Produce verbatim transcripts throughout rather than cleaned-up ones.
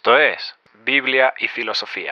Esto es Biblia y Filosofía.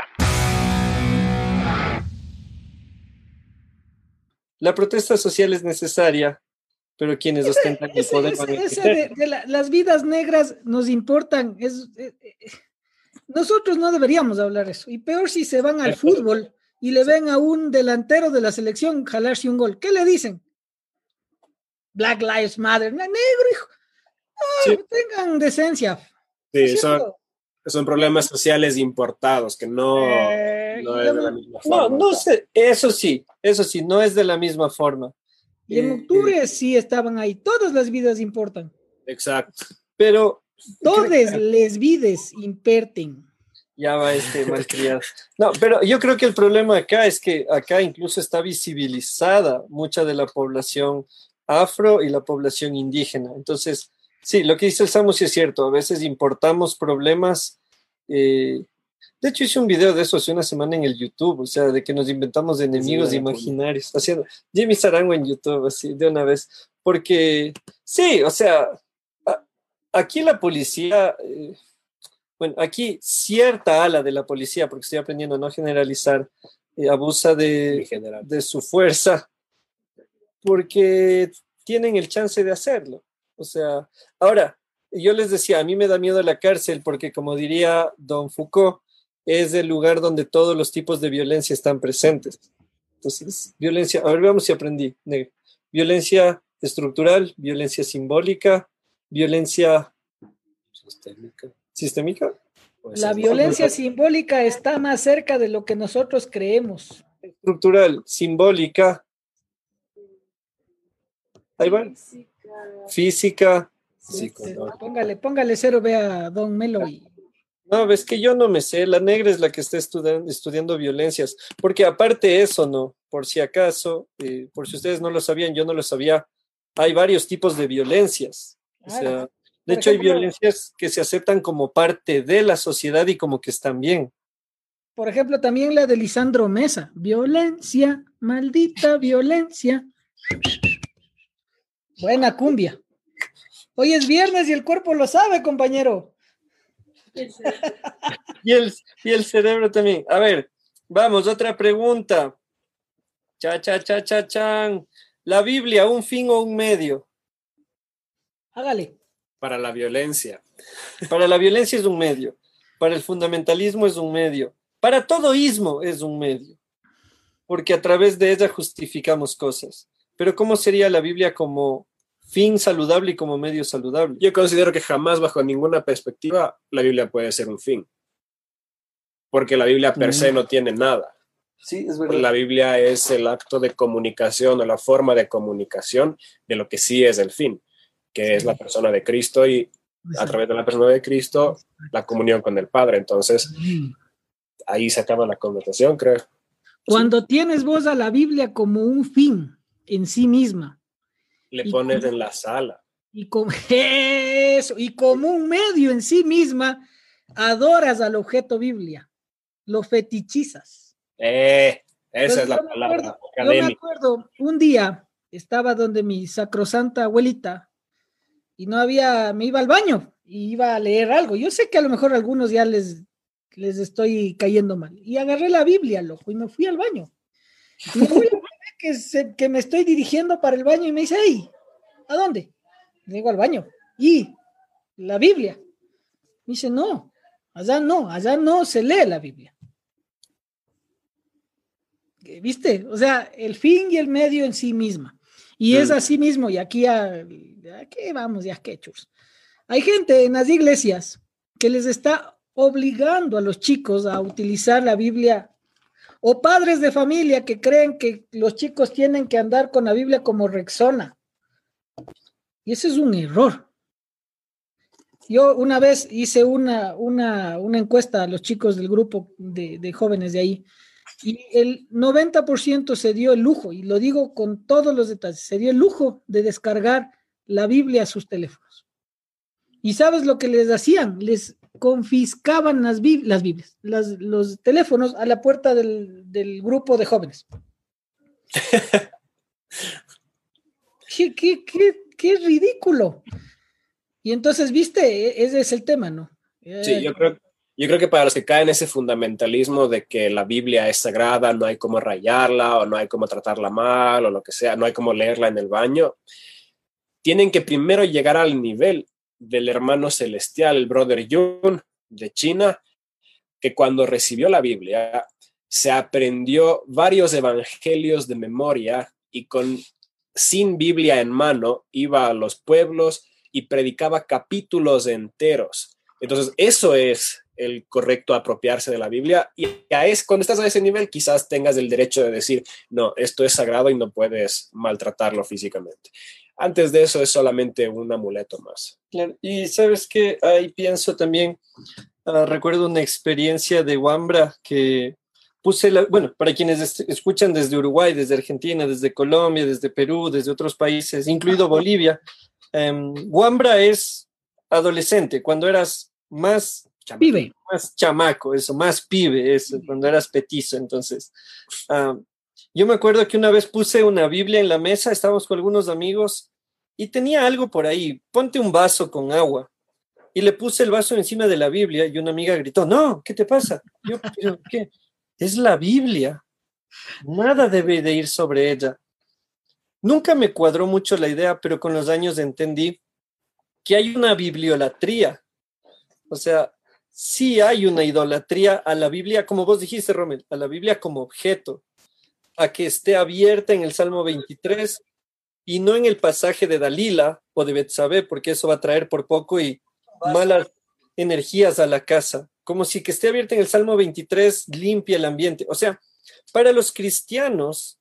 La protesta social es necesaria, pero quienes Ese, ostentan el ese, poder ese, van a ese ejercer. de, de la, las vidas negras nos importan. Es, eh, eh, nosotros no deberíamos hablar eso. Y peor si se van al fútbol y le ven a un delantero de la selección jalarse un gol. ¿Qué le dicen? Black Lives Matter. Negro, hijo. Ah, Sí. Tengan decencia. Sí, son, son problemas sociales importados que no, Eh, no y es de la en- misma No, forma. no sé, eso sí, eso sí, no es de la misma forma. Y en Eh, octubre eh, sí estaban ahí. Todas las vidas importan. Exacto. pero Todas las vidas importan. ya va este malcriado. No, pero yo creo que el problema acá es que acá incluso está visibilizada mucha de la población afro y la población indígena. Entonces, sí, lo que dice el Samu sí es cierto. A veces importamos problemas. eh, de hecho, hice un video de eso hace una semana en el YouTube, o sea, de que nos inventamos enemigos Sí, imaginarios, haciendo Jimmy Sarango en YouTube, así, de una vez. Porque, sí, o sea, a- aquí la policía... eh, bueno, aquí cierta ala de la policía, porque estoy aprendiendo a no generalizar, eh, abusa En de, general. de su fuerza porque tienen el chance de hacerlo. O sea, ahora, yo les decía, a mí me da miedo la cárcel porque, como diría don Foucault, es el lugar donde todos los tipos de violencia están presentes. Entonces, violencia, a ver, veamos si aprendí. Negro. Violencia estructural, violencia simbólica, violencia Sistémica. sistémica. Puede La ser. violencia simbólica está más cerca de lo que nosotros creemos. Estructural, simbólica, ahí va, física. Sí, Este, correcto. póngale, póngale cero, vea a Don Melo. Y... No, ves que yo no me sé, la negra es la que está estudiando, estudiando violencias, porque aparte eso, no, por si acaso, eh, por si ustedes no lo sabían, yo no lo sabía, hay varios tipos de violencias. O sea, Claro. de Por hecho hay ejemplo, violencias que se aceptan como parte de la sociedad y como que están bien. por ejemplo, también la de Lisandro Mesa. Violencia, maldita violencia. Buena cumbia. Hoy es viernes y el cuerpo lo sabe, compañero. Y el, y el cerebro también. A ver, vamos, otra pregunta. Cha, cha, cha, cha, chan. La Biblia, ¿un fin o un medio? Hágale. Para la violencia. Para la violencia es un medio. Para el fundamentalismo es un medio. Para todo ismo es un medio. Porque a través de ella justificamos cosas. Pero ¿cómo sería la Biblia como fin saludable y como medio saludable? Yo considero que jamás, bajo ninguna perspectiva, la Biblia puede ser un fin. Porque la Biblia per se no tiene nada. Sí, es La Biblia es el acto de comunicación o la forma de comunicación de lo que sí es el fin, que es la persona de Cristo y a través de la persona de Cristo la comunión con el Padre. Entonces, ahí se acaba la connotación, creo. Cuando sí. Tienes vos a la Biblia como un fin en sí misma. Le pones como, en la sala. Y como, eso, y como un medio en sí misma, adoras al objeto Biblia, lo fetichizas. Eh, esa Entonces, es la yo palabra me acuerdo, académica. Yo me acuerdo, un día estaba donde mi sacrosanta abuelita y no había, me iba al baño y iba a leer algo. Yo sé que a lo mejor a algunos ya les, les estoy cayendo mal. Y agarré la Biblia, loco, y me fui al baño. Y mi abuela ve que, se, que me estoy dirigiendo para el baño y me dice, hey, ¿a dónde? Le digo, al baño. ¿Y la Biblia? Me dice, no, allá no, allá no se lee la Biblia. ¿Viste? O sea, el fin y el medio en sí misma. Y mm. es así mismo, y aquí, a, aquí vamos, ya que chus. Hay gente en las iglesias que les está obligando a los chicos a utilizar la Biblia, o padres de familia que creen que los chicos tienen que andar con la Biblia como Rexona. Y ese es un error. Yo una vez hice una, una, una encuesta a los chicos del grupo de, de jóvenes de ahí, y el noventa por ciento se dio el lujo, y lo digo con todos los detalles, se dio el lujo de descargar la Biblia a sus teléfonos. ¿Y sabes lo que les hacían? Les confiscaban las, bib las Biblias, las, los teléfonos a la puerta del, del grupo de jóvenes. ¿Qué, qué, qué, qué ridículo? Y entonces, viste, ese es el tema, ¿no? Sí, yo creo, Yo creo que para los que caen en ese fundamentalismo de que la Biblia es sagrada, no hay cómo rayarla o no hay cómo tratarla mal o lo que sea, no hay cómo leerla en el baño, tienen que primero llegar al nivel del hermano celestial, el brother Yun de China, que cuando recibió la Biblia se aprendió varios evangelios de memoria y con, sin Biblia en mano iba a los pueblos y predicaba capítulos enteros. Entonces eso es el correcto apropiarse de la Biblia, y a es, cuando estás a ese nivel quizás tengas el derecho de decir, no, esto es sagrado y no puedes maltratarlo físicamente. Antes de eso es solamente un amuleto más. Claro. Y sabes que ahí pienso también, uh, recuerdo una experiencia de Wambra que puse, la, bueno, para quienes est- escuchan desde Uruguay, desde Argentina, desde Colombia, desde Perú, desde otros países, incluido Bolivia, um, Wambra es adolescente, cuando eras más Pibe. más chamaco, eso, más pibe, eso, cuando eras petizo. Entonces, uh, yo me acuerdo que una vez puse una Biblia en la mesa, estábamos con algunos amigos y tenía algo por ahí, ponte un vaso con agua. Y le puse el vaso encima de la Biblia y una amiga gritó, no, ¿qué te pasa? Yo, pero, ¿qué? Es la Biblia, nada debe de ir sobre ella. Nunca me cuadró mucho la idea, pero con los años entendí que hay una bibliolatría. O sea, sí hay una idolatría a la Biblia, como vos dijiste, Rommel, a la Biblia como objeto, a que esté abierta en el Salmo veintitrés y no en el pasaje de Dalila o de Betsabé, porque eso va a traer por poco y malas energías a la casa. Como si que esté abierta en el Salmo veintitrés limpia el ambiente. O sea, para los cristianos,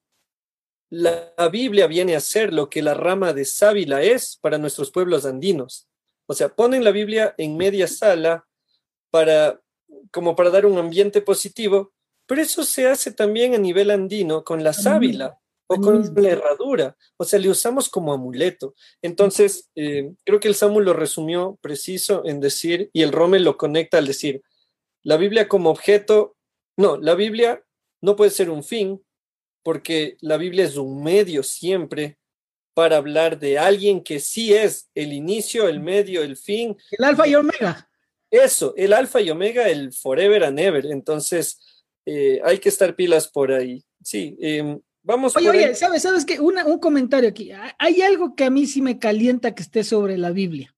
la Biblia viene a ser lo que la rama de sábila es para nuestros pueblos andinos. O sea, ponen la Biblia en media sala para, como para dar un ambiente positivo, pero eso se hace también a nivel andino con la sábila o con la herradura. O sea, le usamos como amuleto. Entonces, eh, creo que el Samu lo resumió preciso en decir, y el Rommel lo conecta al decir, la Biblia como objeto, no, la Biblia no puede ser un fin, porque la Biblia es un medio siempre para hablar de alguien que sí es el inicio, el medio, el fin. El alfa y omega. Eso, el alfa y omega, el forever and ever. Entonces, eh, hay que estar pilas por ahí. Sí, eh, vamos oye, por oye, ahí. ¿sabes, sabes qué? Una, un comentario aquí. Hay algo que a mí sí me calienta que esté sobre la Biblia.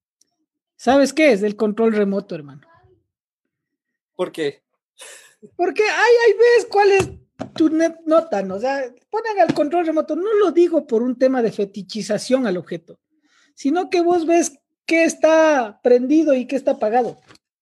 ¿Sabes qué es? El control remoto, hermano. ¿Por qué? Porque hay, hay ves cuál es tu net nota, ¿no? O sea, ponen el control remoto. No lo digo por un tema de fetichización al objeto, sino que vos ves qué está prendido y qué está apagado.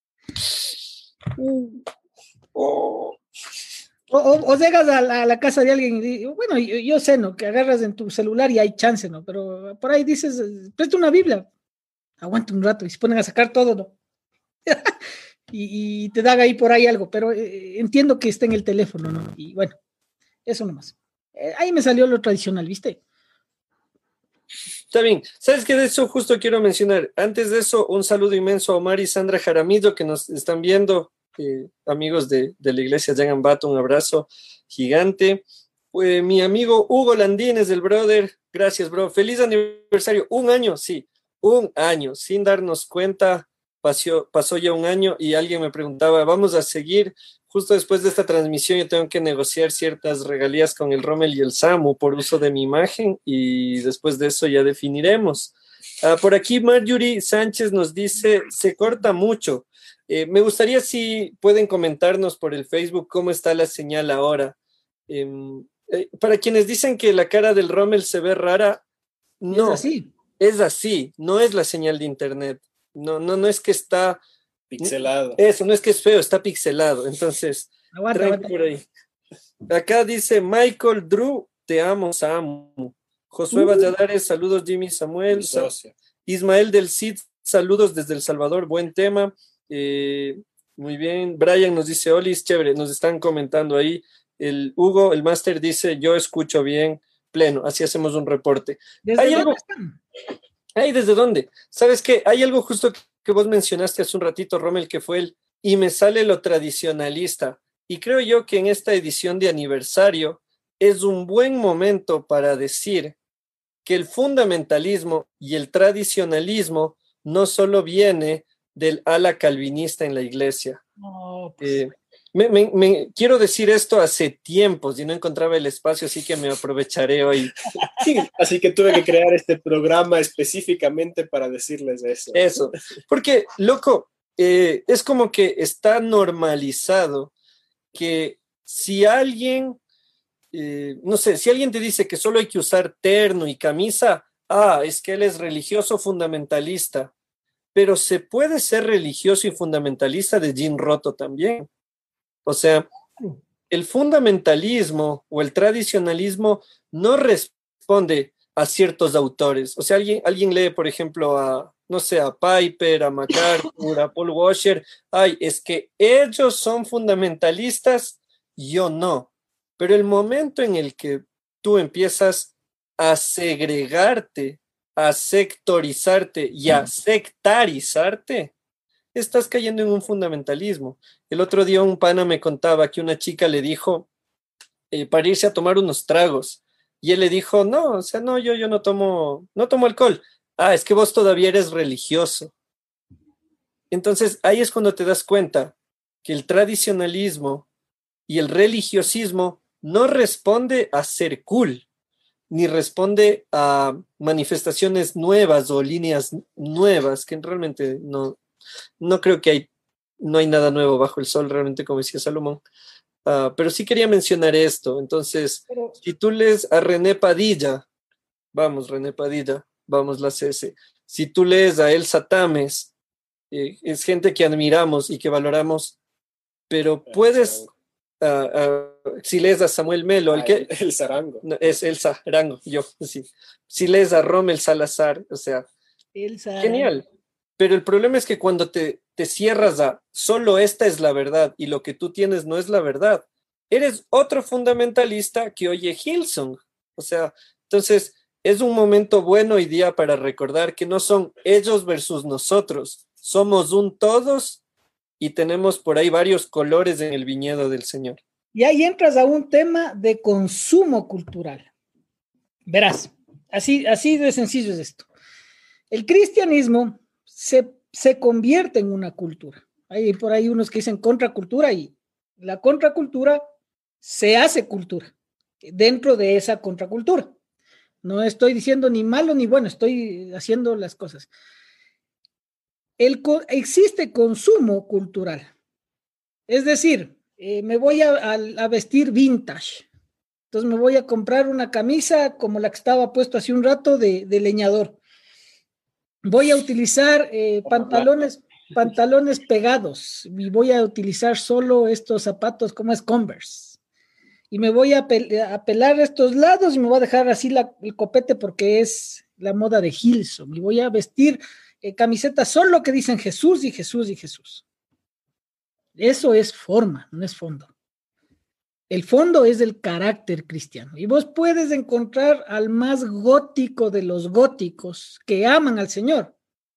Uh. Oh. O, o, o llegas a la, a la casa de alguien y dices, bueno, yo, yo sé, ¿no? Que agarras en tu celular y hay chance, ¿no? Pero por ahí dices, presta una Biblia, aguanta un rato y se ponen a sacar todo, ¿no? y, y te da ahí por ahí algo, pero eh, entiendo que está en el teléfono, ¿no? Y bueno, eso nomás. Eh, ahí me salió lo tradicional, ¿viste? Está bien. ¿Sabes qué? De eso justo quiero mencionar. Antes de eso, un saludo inmenso a Omar y Sandra Jaramillo que nos están viendo. Eh, amigos de, de la iglesia Jan Ambato, un abrazo gigante. Eh, mi amigo Hugo Landines del brother, gracias, bro. Feliz aniversario. Un año, sí, un año. Sin darnos cuenta, pasó, pasó ya un año y alguien me preguntaba, ¿vamos a seguir? Justo después de esta transmisión yo tengo que negociar ciertas regalías con el Rommel y el Samu por uso de mi imagen y después de eso ya definiremos. Uh, por aquí Marjorie Sánchez nos dice, se corta mucho. Eh, me gustaría si pueden comentarnos por el Facebook cómo está la señal ahora. Eh, eh, para quienes dicen que la cara del Rommel se ve rara, no. Es así. Es así, no es la señal de internet. No, no, no es que está... Pixelado. Eso, no es que es feo, está pixelado. Entonces, aguanta, aguanta. Por ahí. Acá dice Michael Drew, te amo, Samu. Josué uh. Valladares, saludos Jimmy Samuel. Sa Ismael del Cid, saludos desde El Salvador, buen tema. Eh, muy bien. Brian nos dice, Olis, chévere, nos están comentando ahí. El Hugo, el máster dice, yo escucho bien, pleno, así hacemos un reporte. ¿Desde ¿Hay dónde algo? están? ¿Ay, desde dónde? ¿Sabes qué? Hay algo justo que vos mencionaste hace un ratito, Rommel, que fue el, y me sale lo tradicionalista. Y creo yo que en esta edición de aniversario es un buen momento para decir que el fundamentalismo y el tradicionalismo no solo viene del ala calvinista en la iglesia. No, pues. Eh, me, me- me- quiero decir esto hace tiempos y no encontraba el espacio, así que me aprovecharé hoy. Sí, así que tuve que crear este programa específicamente para decirles eso. Eso, porque, loco, eh, es como que está normalizado que si alguien, eh, no sé, si alguien te dice que solo hay que usar terno y camisa, ah, es que él es religioso fundamentalista, pero se puede ser religioso y fundamentalista de jean roto también. O sea, el fundamentalismo o el tradicionalismo no responde a ciertos autores. O sea, alguien, alguien lee, por ejemplo, a, no sé, a Piper, a MacArthur, a Paul Washer. Ay, es que ellos son fundamentalistas, yo no. Pero el momento en el que tú empiezas a segregarte, a sectorizarte y a sectarizarte, estás cayendo en un fundamentalismo. El otro día un pana me contaba que una chica le dijo eh, para irse a tomar unos tragos y él le dijo, no, o sea, no, yo, yo no tomo, no tomo alcohol. Ah, es que vos todavía eres religioso. Entonces ahí es cuando te das cuenta que el tradicionalismo y el religiosismo no responde a ser cool, ni responde a manifestaciones nuevas o líneas nuevas, que realmente no, no creo que hay, no hay nada nuevo bajo el sol, realmente, como decía Salomón. Uh, pero sí quería mencionar esto. Entonces, Pero, si tú lees a René Padilla, vamos, René Padilla, vamos, la C S. Si tú lees a Elsa Tames, eh, es gente que admiramos y que valoramos, pero puedes, uh, uh, si lees a Samuel Melo, Ah, el que... el, el zarango. No, es Elsa Arango, yo, sí. Si lees a Rommel Salazar, o sea, Elsa genial. Pero el problema es que cuando te, te cierras a solo esta es la verdad y lo que tú tienes no es la verdad, eres otro fundamentalista que oye Hillsong. O sea, entonces es un momento bueno hoy día para recordar que no son ellos versus nosotros, somos un todos y tenemos por ahí varios colores en el viñedo del Señor. Y ahí entras a un tema de consumo cultural. Verás, así, así de sencillo es esto. El cristianismo se, se convierte en una cultura. Hay por ahí unos que dicen contracultura y la contracultura se hace cultura dentro de esa contracultura. No estoy diciendo ni malo ni bueno, estoy haciendo las cosas. El, existe consumo cultural. Es decir, eh, me voy a, a, a vestir vintage. Entonces me voy a comprar una camisa como la que estaba puesto hace un rato de, de leñador. Voy a utilizar eh, pantalones, pantalones pegados y voy a utilizar solo estos zapatos como es Converse. Y me voy a, pel a pelar estos lados y me voy a dejar así la, el copete porque es la moda de Hillsong. Y voy a vestir eh, camisetas solo que dicen Jesús y Jesús y Jesús. Eso es forma, no es fondo. El fondo es el carácter cristiano. Y vos puedes encontrar al más gótico de los góticos que aman al Señor.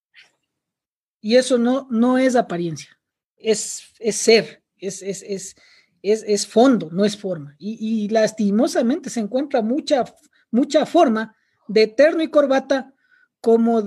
Y eso no, no es apariencia, es, es ser, es, es, es, es, es fondo, no es forma. Y, y lastimosamente se encuentra mucha, mucha forma de terno y corbata como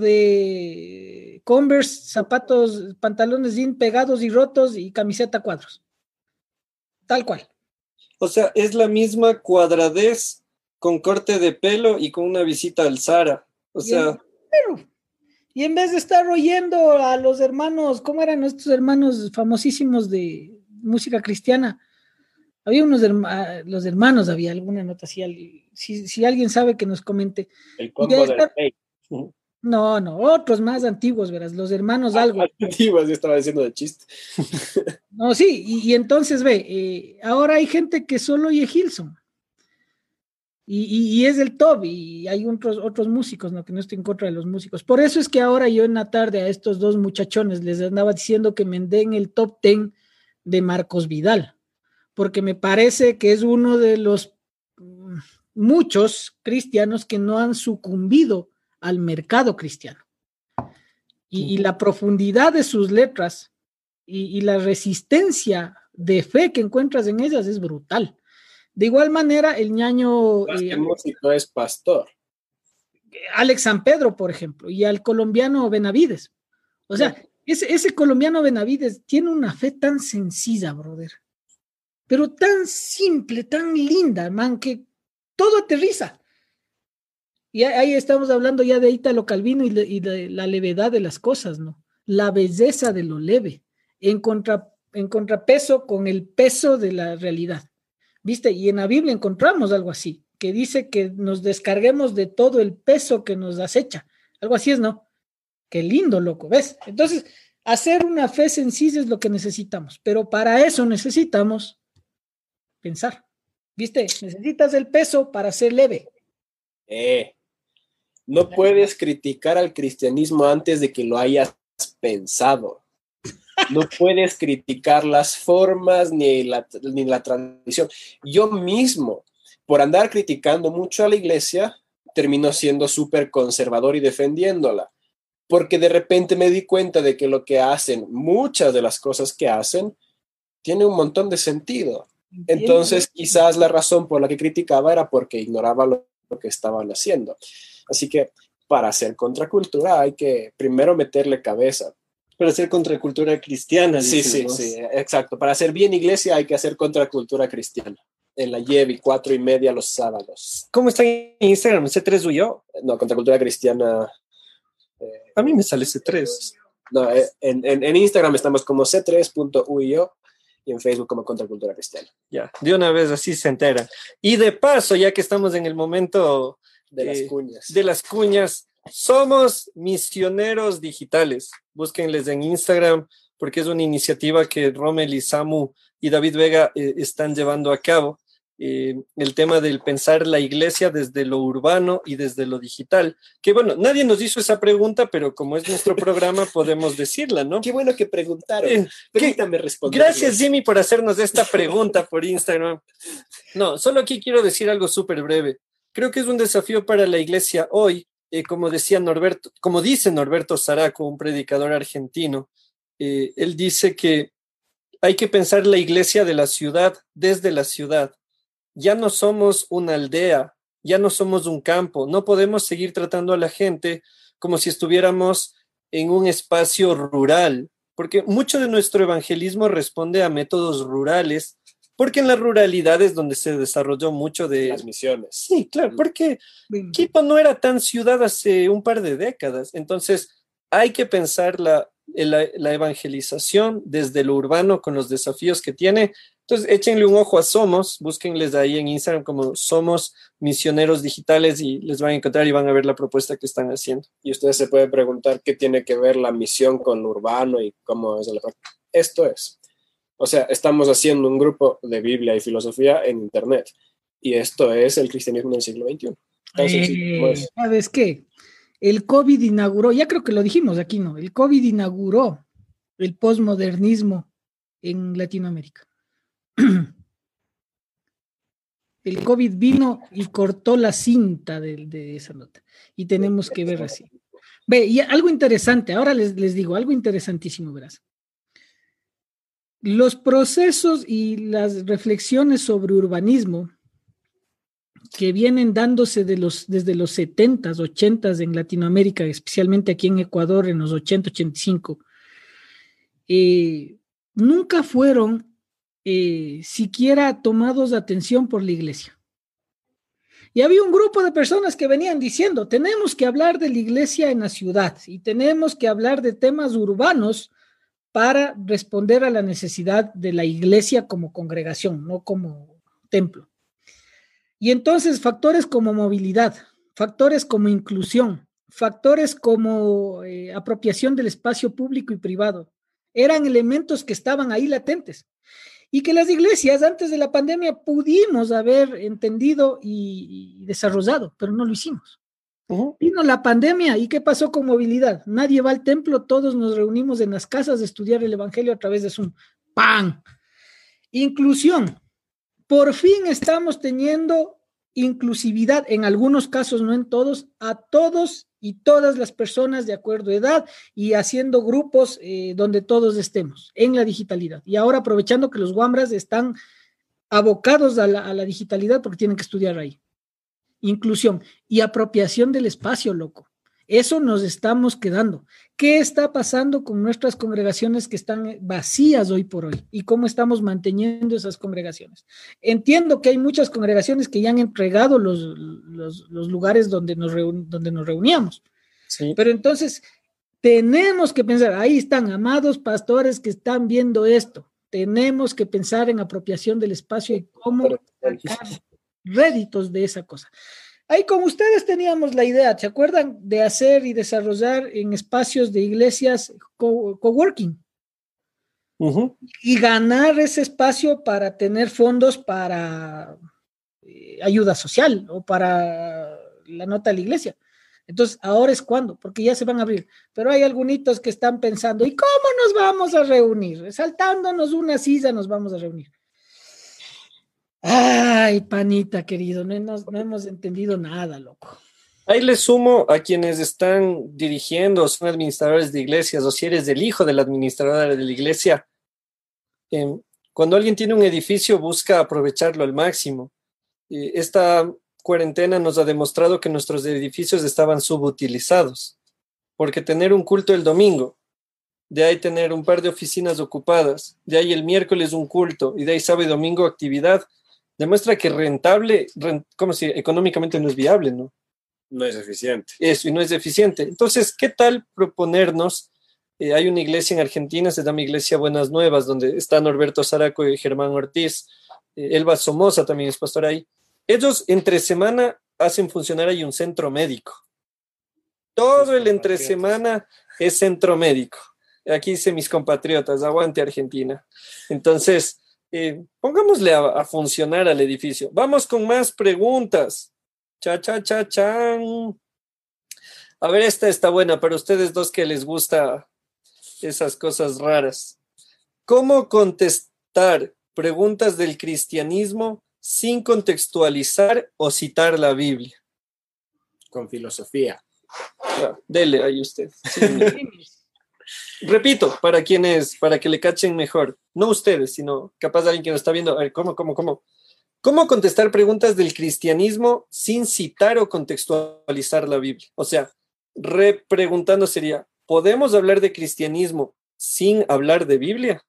de Converse, zapatos, pantalones jean pegados y rotos y camiseta cuadros. Tal cual. O sea, es la misma cuadradez con corte de pelo y con una visita al Zara. O sea... Pero, y en vez de estar oyendo a los hermanos, ¿cómo eran estos hermanos famosísimos de música cristiana? Había unos hermanos, los hermanos, había alguna nota, si, si, si alguien sabe que nos comente. El combo del rey. No, no, otros más antiguos, verás, los hermanos ah, algo. Antiguos, yo estaba diciendo de chiste. No, sí, y, y entonces ve, eh, ahora hay gente que solo oye Hillsong. Y, y, y es el top, y hay otros, otros músicos, ¿no? Que no estoy en contra de los músicos. Por eso es que ahora yo en la tarde a estos dos muchachones les andaba diciendo que me den el top ten de Marcos Vidal, porque me parece que es uno de los mm, muchos cristianos que no han sucumbido al mercado cristiano. Y, y la profundidad de sus letras y, y la resistencia de fe que encuentras en ellas es brutal. De igual manera, el ñaño... Este eh, músico es pastor. Alex San Pedro, por ejemplo, y al colombiano Benavides. O sea, sí. ese, ese colombiano Benavides tiene una fe tan sencilla, brother, pero tan simple, tan linda, man, que todo aterriza. Y ahí estamos hablando ya de Ítalo Calvino y de, y de la levedad de las cosas, ¿no? La belleza de lo leve, en, contra, en contrapeso con el peso de la realidad. ¿Viste? Y en la Biblia encontramos algo así, que dice que nos descarguemos de todo el peso que nos acecha. Algo así es, ¿no? Qué lindo, loco, ¿ves? Entonces, hacer una fe sencilla es lo que necesitamos, pero para eso necesitamos pensar. ¿Viste? Necesitas el peso para ser leve. Eh, no puedes criticar al cristianismo antes de que lo hayas pensado. No puedes criticar las formas ni la, ni la tradición. Yo mismo, por andar criticando mucho a la iglesia, termino siendo súper conservador y defendiéndola. Porque de repente me di cuenta de que lo que hacen, muchas de las cosas que hacen, tiene un montón de sentido. Entonces, quizás la razón por la que criticaba era porque ignoraba lo, lo que estaban haciendo. Así que para hacer contracultura hay que primero meterle cabeza. Para hacer contracultura cristiana. Sí, sí, vos. sí, exacto. Para hacer bien iglesia hay que hacer contracultura cristiana. En la Yevi, cuatro y media los sábados. ¿Cómo está en Instagram? ¿C tres U yo? No, contracultura cristiana. Eh, A mí me sale C tres. No, eh, en, en, en Instagram estamos como C tres punto U yo y en Facebook como contracultura cristiana. Ya, de una vez así se entera. Y de paso, ya que estamos en el momento de eh, las cuñas. De las cuñas, somos misioneros digitales. Búsquenles en Instagram porque es una iniciativa que Rommel y Samu y David Vega eh, están llevando a cabo. Eh, el tema del pensar la iglesia desde lo urbano y desde lo digital. Que bueno, nadie nos hizo esa pregunta, pero como es nuestro programa podemos decirla, ¿no? Qué bueno que preguntaron. Eh, Permítame responder. Gracias, Jimmy, por hacernos esta pregunta por Instagram. No, solo aquí quiero decir algo súper breve. Creo que es un desafío para la iglesia hoy. Eh, como decía Norberto, como dice Norberto Zaraco, un predicador argentino, eh, él dice que hay que pensar la iglesia de la ciudad desde la ciudad. Ya no somos una aldea, ya no somos un campo, no podemos seguir tratando a la gente como si estuviéramos en un espacio rural, porque mucho de nuestro evangelismo responde a métodos rurales, porque en la ruralidad es donde se desarrolló mucho de... las misiones. Sí, claro, porque Quito no era tan ciudad hace un par de décadas, entonces hay que pensar la, la, la evangelización desde lo urbano con los desafíos que tiene. Entonces échenle un ojo a Somos, búsquenles ahí en Instagram como Somos Misioneros Digitales y les van a encontrar y van a ver la propuesta que están haciendo. Y ustedes se pueden preguntar qué tiene que ver la misión con lo urbano y cómo es la práctica. Esto es. O sea, estamos haciendo un grupo de Biblia y filosofía en Internet. Y esto es el cristianismo del siglo veintiuno. Tan sencillo como es. ¿Sabes qué? El COVID inauguró, ya creo que lo dijimos aquí, ¿no? El COVID inauguró el posmodernismo en Latinoamérica. El COVID vino y cortó la cinta de, de esa nota. Y tenemos que ver así. Ve, y algo interesante, ahora les, les digo, algo interesantísimo, verás. Los procesos y las reflexiones sobre urbanismo que vienen dándose de los, desde los setentas, ochentas en Latinoamérica, especialmente aquí en Ecuador en los ochenta, ochenta y cinco, eh, nunca fueron eh, siquiera tomados de atención por la iglesia. Y había un grupo de personas que venían diciendo, tenemos que hablar de la iglesia en la ciudad y tenemos que hablar de temas urbanos para responder a la necesidad de la iglesia como congregación, no como templo. Y entonces factores como movilidad, factores como inclusión, factores como eh, apropiación del espacio público y privado, eran elementos que estaban ahí latentes y que las iglesias antes de la pandemia pudimos haber entendido y, y desarrollado, pero no lo hicimos. Uh-huh. Vino la pandemia y ¿qué pasó con movilidad? Nadie va al templo, todos nos reunimos en las casas a estudiar el evangelio a través de Zoom. ¡Pam! Inclusión. Por fin estamos teniendo inclusividad, en algunos casos, no en todos, a todos y todas las personas de acuerdo a edad y haciendo grupos eh, donde todos estemos en la digitalidad. Y ahora aprovechando que los guambras están abocados a la, a la digitalidad porque tienen que estudiar ahí. Inclusión y apropiación del espacio, loco. Eso nos estamos quedando. ¿Qué está pasando con nuestras congregaciones que están vacías hoy por hoy? ¿Y cómo estamos manteniendo esas congregaciones? Entiendo que hay muchas congregaciones que ya han entregado los, los, los lugares donde nos, reun, donde nos reuníamos. Sí. Pero entonces tenemos que pensar, ahí están, amados pastores que están viendo esto, tenemos que pensar en apropiación del espacio y cómo sacar réditos de esa cosa. Ahí con ustedes teníamos la idea, ¿se acuerdan? De hacer y desarrollar en espacios de iglesias co- coworking. Uh-huh. Y ganar ese espacio para tener fondos para eh, ayuda social o para la nota de la iglesia. Entonces, ahora es cuando, porque ya se van a abrir. Pero hay algunos que están pensando, ¿y cómo nos vamos a reunir? Saltándonos una silla nos vamos a reunir. Ay, panita querido, no hemos, no hemos entendido nada, loco. Ahí le sumo a quienes están dirigiendo, son administradores de iglesias, o si eres el hijo del administrador de la iglesia. Eh, cuando alguien tiene un edificio, busca aprovecharlo al máximo. Eh, esta cuarentena nos ha demostrado que nuestros edificios estaban subutilizados, porque tener un culto el domingo, de ahí tener un par de oficinas ocupadas, de ahí el miércoles un culto, y de ahí sábado y domingo actividad, demuestra que rentable, rent, como si económicamente no es viable, ¿no? No es eficiente. Eso, y no es eficiente. Entonces, ¿qué tal proponernos? Eh, hay una iglesia en Argentina, se llama Iglesia Buenas Nuevas, donde están Norberto Zaraco y Germán Ortiz, eh, Elba Somoza también es pastor ahí. Ellos entre semana hacen funcionar ahí un centro médico. Todo el entre semana es centro médico. Aquí hice mis compatriotas, aguante Argentina. Entonces, eh, pongámosle a, a funcionar al edificio. Vamos con más preguntas. Cha, cha, cha, chan. A ver, esta está buena para ustedes dos que les gusta esas cosas raras. ¿Cómo contestar preguntas del cristianismo sin contextualizar o citar la Biblia? Con filosofía. Ah, dele ahí usted. Sí, repito, para quienes, para que le cachen mejor. No ustedes, sino capaz alguien que nos está viendo. A ver, ¿cómo, cómo, cómo? ¿Cómo contestar preguntas del cristianismo sin citar o contextualizar la Biblia? O sea, repreguntando sería, ¿podemos hablar de cristianismo sin hablar de Biblia?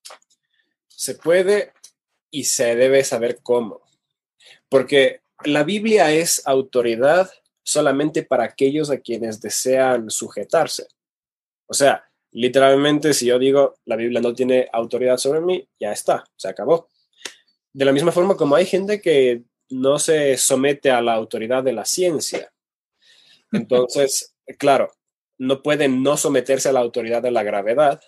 Se puede y se debe saber cómo. Porque la Biblia es autoridad solamente para aquellos a quienes desean sujetarse. O sea, literalmente, si yo digo, la Biblia no tiene autoridad sobre mí, ya está, se acabó. De la misma forma como hay gente que no se somete a la autoridad de la ciencia. Entonces, claro, no pueden no someterse a la autoridad de la gravedad,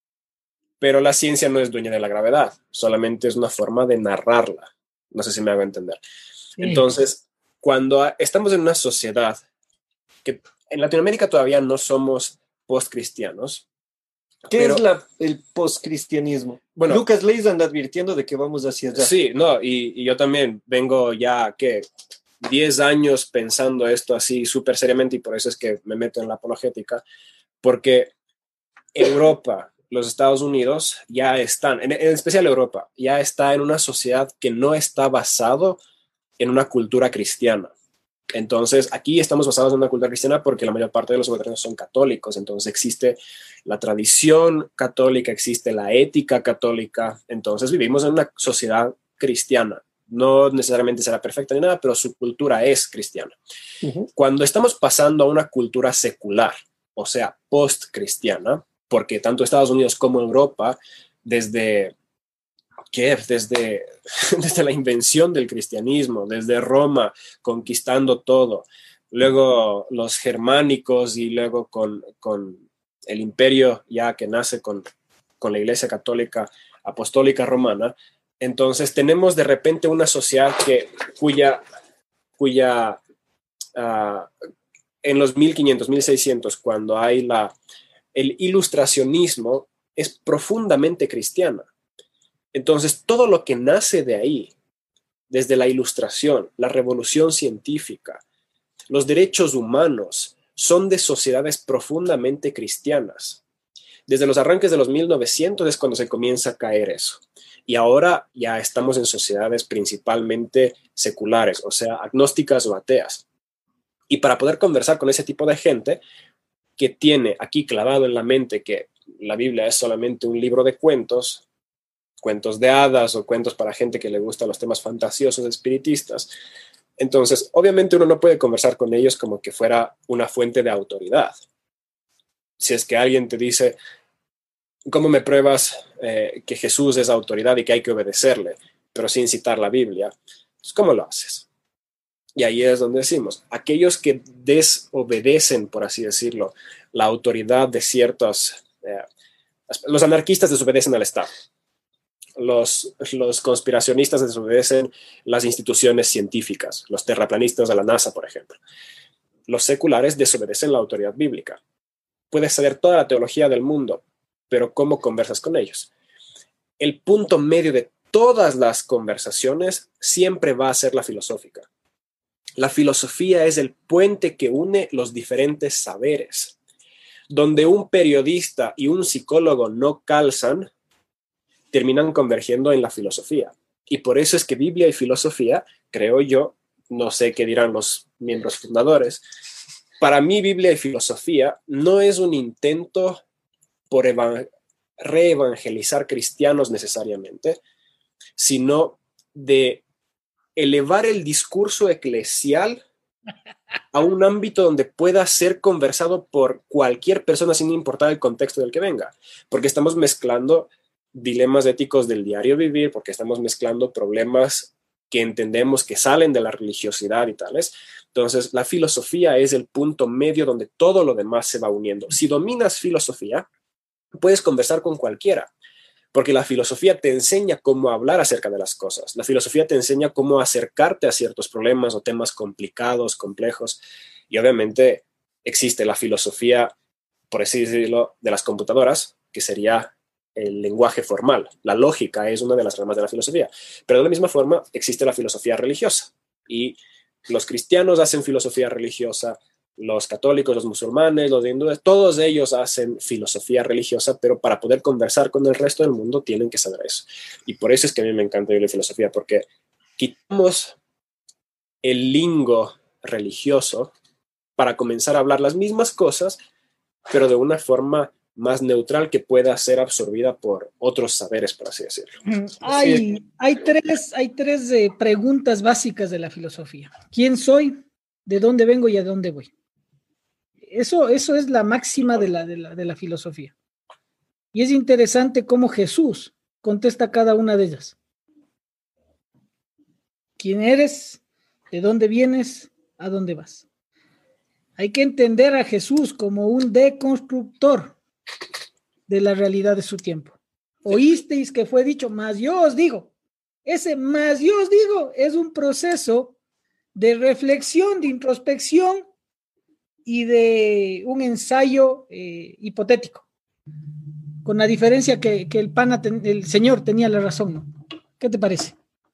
pero la ciencia no es dueña de la gravedad, solamente es una forma de narrarla. No sé si me hago entender. Sí. Entonces, cuando estamos en una sociedad que en Latinoamérica todavía no somos postcristianos. ¿Qué pero, es la, el postcristianismo? Bueno, Lucas Leis anda advirtiendo de que vamos hacia allá. Sí, no, y, y yo también vengo ya, ¿qué? diez años pensando esto así súper seriamente, y por eso es que me meto en la apologética, porque Europa, los Estados Unidos ya están, en, en especial Europa, ya está en una sociedad que no está basado en una cultura cristiana. Entonces, aquí estamos basados en una cultura cristiana porque la mayor parte de los gobiernos son católicos. Entonces, existe la tradición católica, existe la ética católica. Entonces, vivimos en una sociedad cristiana. No necesariamente será perfecta ni nada, pero su cultura es cristiana. Uh-huh. Cuando estamos pasando a una cultura secular, o sea, post-cristiana, porque tanto Estados Unidos como Europa, desde... ¿Qué? Desde, desde la invención del cristianismo, desde Roma conquistando todo, luego los germánicos y luego con, con el imperio ya que nace con, con la Iglesia Católica Apostólica Romana. Entonces tenemos de repente una sociedad que, cuya, cuya uh, en los mil quinientos, mil seiscientos, cuando hay la, el ilustracionismo, es profundamente cristiana. Entonces, todo lo que nace de ahí, desde la ilustración, la revolución científica, los derechos humanos, son de sociedades profundamente cristianas. Desde los arranques de los mil novecientos es cuando se comienza a caer eso. Y ahora ya estamos en sociedades principalmente seculares, o sea, agnósticas o ateas. Y para poder conversar con ese tipo de gente que tiene aquí clavado en la mente que la Biblia es solamente un libro de cuentos, cuentos de hadas o cuentos para gente que le gustan los temas fantasiosos, espiritistas, entonces obviamente uno no puede conversar con ellos como que fuera una fuente de autoridad. Si es que alguien te dice, ¿cómo me pruebas eh, que Jesús es autoridad y que hay que obedecerle, pero sin citar la Biblia? Pues, ¿cómo lo haces? Y ahí es donde decimos, aquellos que desobedecen, por así decirlo, la autoridad de ciertos... Eh, los anarquistas desobedecen al Estado. Los, los conspiracionistas desobedecen las instituciones científicas, los terraplanistas de la NASA, por ejemplo. Los seculares desobedecen la autoridad bíblica. Puedes saber toda la teología del mundo, pero ¿cómo conversas con ellos? El punto medio de todas las conversaciones siempre va a ser la filosófica. La filosofía es el puente que une los diferentes saberes. Donde un periodista y un psicólogo no calzan, terminan convergiendo en la filosofía. Y por eso es que Biblia y filosofía, creo yo, no sé qué dirán los miembros fundadores, para mí Biblia y filosofía no es un intento por reevangelizar cristianos necesariamente, sino de elevar el discurso eclesial a un ámbito donde pueda ser conversado por cualquier persona sin importar el contexto del que venga, porque estamos mezclando dilemas éticos del diario vivir, porque estamos mezclando problemas que entendemos que salen de la religiosidad y tales. Entonces, la filosofía es el punto medio donde todo lo demás se va uniendo. Si dominas filosofía, puedes conversar con cualquiera, porque la filosofía te enseña cómo hablar acerca de las cosas. La filosofía te enseña cómo acercarte a ciertos problemas o temas complicados, complejos. Y obviamente existe la filosofía, por así decirlo, de las computadoras, que sería el lenguaje formal. La lógica es una de las ramas de la filosofía. Pero de la misma forma existe la filosofía religiosa. Y los cristianos hacen filosofía religiosa, los católicos, los musulmanes, los hindúes, todos ellos hacen filosofía religiosa, pero para poder conversar con el resto del mundo tienen que saber eso. Y por eso es que a mí me encanta la filosofía, porque quitamos el lingo religioso para comenzar a hablar las mismas cosas, pero de una forma más neutral que pueda ser absorbida por otros saberes, por así decirlo. Hay, Sí. hay tres, hay tres eh, preguntas básicas de la filosofía. ¿Quién soy? ¿De dónde vengo y a dónde voy? Eso, eso es la máxima de la, de, la, de la filosofía. Y es interesante cómo Jesús contesta cada una de ellas. ¿Quién eres? ¿De dónde vienes? ¿A dónde vas? Hay que entender a Jesús como un deconstructor de la realidad de su tiempo. Oísteis que fue dicho, mas yo os digo. Ese mas yo os digo es un proceso de reflexión, de introspección y de un ensayo eh, hipotético, con la diferencia que, que el, pana ten, el señor tenía la razón, ¿no? ¿Qué te parece?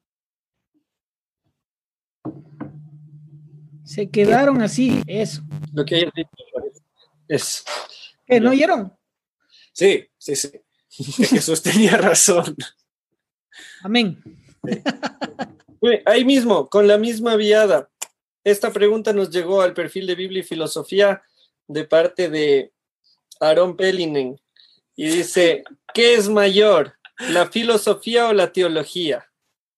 Se quedaron así, eso. Lo que hayas dicho es... ¿Qué, no oyeron? Sí, sí, sí. Que Jesús tenía razón. Amén. Sí. Ahí mismo, con la misma viada. Esta pregunta nos llegó al perfil de Biblia y Filosofía de parte de Aaron Pellinen y dice, ¿qué es mayor, la filosofía o la teología?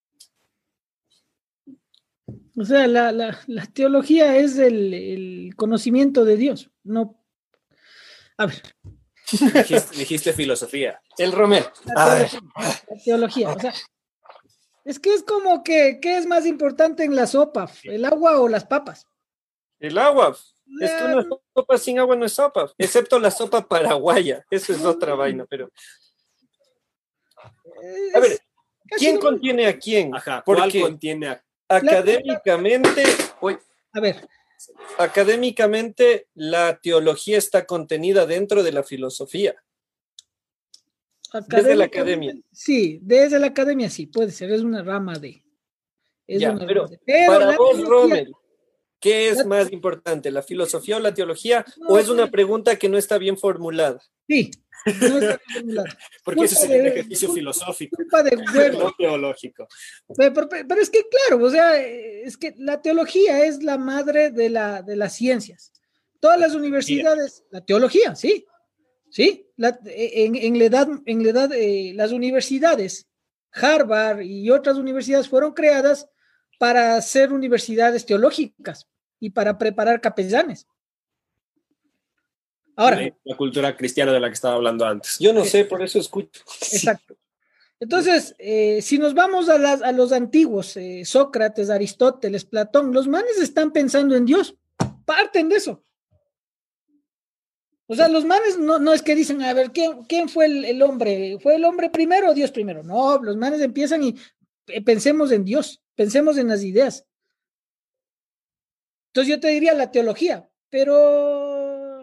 O sea, la, la, la teología es el, el conocimiento de Dios. No. A ver. Dijiste, dijiste filosofía. El Romero. La teología, la teología. O sea, es que es como que, ¿qué es más importante en la sopa? ¿El agua o las papas? El agua. Es que una sopa sin agua no es sopa, excepto la sopa paraguaya. Eso es otra vaina, pero... A ver, ¿quién no... contiene a quién? Ajá, ¿cuál porque contiene a... académicamente... Uy, a ver. Académicamente, la teología está contenida dentro de la filosofía. Desde la academia. Sí, desde la academia sí, puede ser, es una rama de... Es ya, una pero, rama de, pero para vos, teología... Rommel, ¿qué es más importante, la filosofía o la teología? No, ¿o es una pregunta que no está bien formulada? Sí, No está reformulado. Porque eso Culpa sería un de- ejercicio culpa- filosófico, Culpa de huevo. no teológico. Pero, pero- pero es que, claro, o sea, es que la teología es la madre de, la, de las ciencias. Todas las universidades, la teología, sí, sí, la- en, en la edad, en la edad eh, las universidades, Harvard y otras universidades fueron creadas para ser universidades teológicas y para preparar capellanes. Ahora, La cultura cristiana de la que estaba hablando antes. Yo no sé, por eso escucho. exacto. Entonces, eh, si nos vamos a, las, a los antiguos, eh, Sócrates, Aristóteles, Platón, los manes están pensando en Dios, parten de eso. O sea, los manes no, no es que dicen, a ver, ¿quién, quién fue el, el hombre? ¿Fue el hombre primero o Dios primero? No, los manes empiezan y eh, pensemos en Dios, pensemos en las ideas. Entonces yo te diría la teología, pero...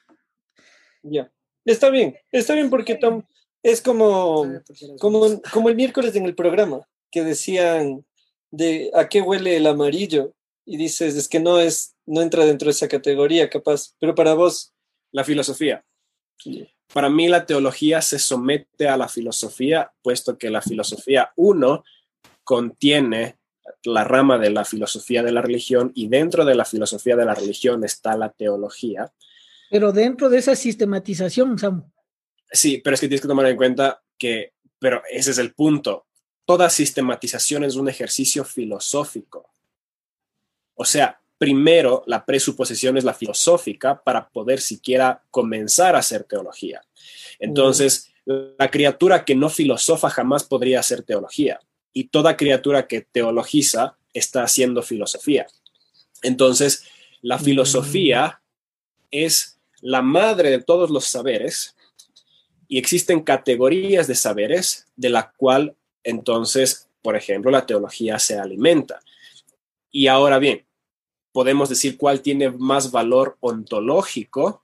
Ya. Está bien, está bien porque Tom, es como, como, como el miércoles en el programa, que decían de a qué huele el amarillo, y dices, es que no es, no entra dentro de esa categoría, capaz, pero para vos, La filosofía. Para mí la teología se somete a la filosofía, puesto que la filosofía, uno, contiene la rama de la filosofía de la religión y dentro de la filosofía de la religión está la teología. Pero dentro de esa sistematización, Samu. Sí, pero es que tienes que tomar en cuenta que, pero ese es el punto, toda sistematización es un ejercicio filosófico. O sea, primero la presuposición es la filosófica para poder siquiera comenzar a hacer teología. Entonces, mm. la criatura que no filosofa jamás podría hacer teología. Y toda criatura que teologiza está haciendo filosofía. Entonces, la filosofía mm. es la madre de todos los saberes y existen categorías de saberes de la cual, entonces, por ejemplo, la teología se alimenta. Y ahora bien, podemos decir cuál tiene más valor ontológico,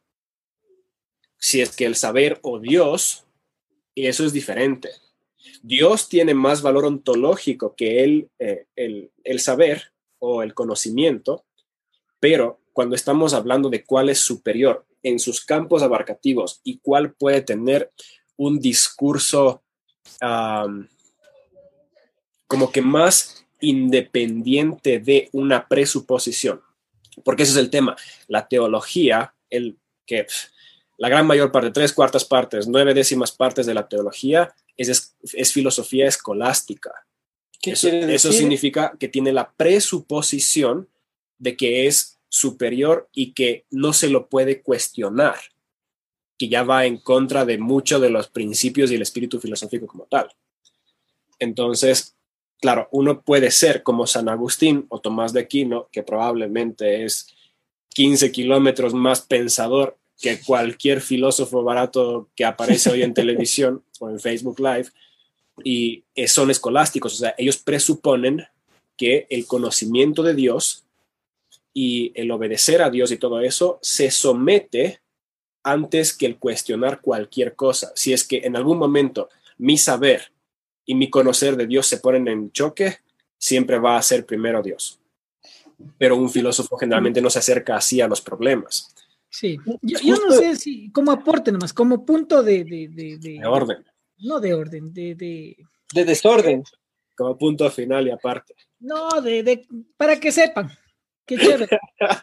si es que el saber o Dios, y eso es diferente. Dios tiene más valor ontológico que el, eh, el, el saber o el conocimiento, pero cuando estamos hablando de cuál es superior en sus campos abarcativos y cuál puede tener un discurso um, como que más independiente de una presuposición, porque ese es el tema. La teología, el que la gran mayor parte, tres cuartas partes, nueve décimas partes de la teología es, es, es filosofía escolástica. ¿Qué eso, quiere decir? Eso significa que tiene la presuposición de que es superior y que no se lo puede cuestionar, que ya va en contra de muchos de los principios y el espíritu filosófico como tal. Entonces, claro, uno puede ser como San Agustín o Tomás de Aquino, que probablemente es quince kilómetros más pensador que cualquier filósofo barato que aparece hoy en televisión o en Facebook Live, y son escolásticos, o sea, ellos presuponen que el conocimiento de Dios y el obedecer a Dios y todo eso se somete antes que el cuestionar cualquier cosa. Si es que en algún momento mi saber y mi conocer de Dios se ponen en choque, siempre va a ser primero Dios. Pero un filósofo generalmente no se acerca así a los problemas. Sí, yo, yo no sé si como aporte nomás, como punto de... De, de, de, de orden. No de orden, de... De, de desorden. Como punto final y aparte. No, de, de para que sepan. Qué chévere.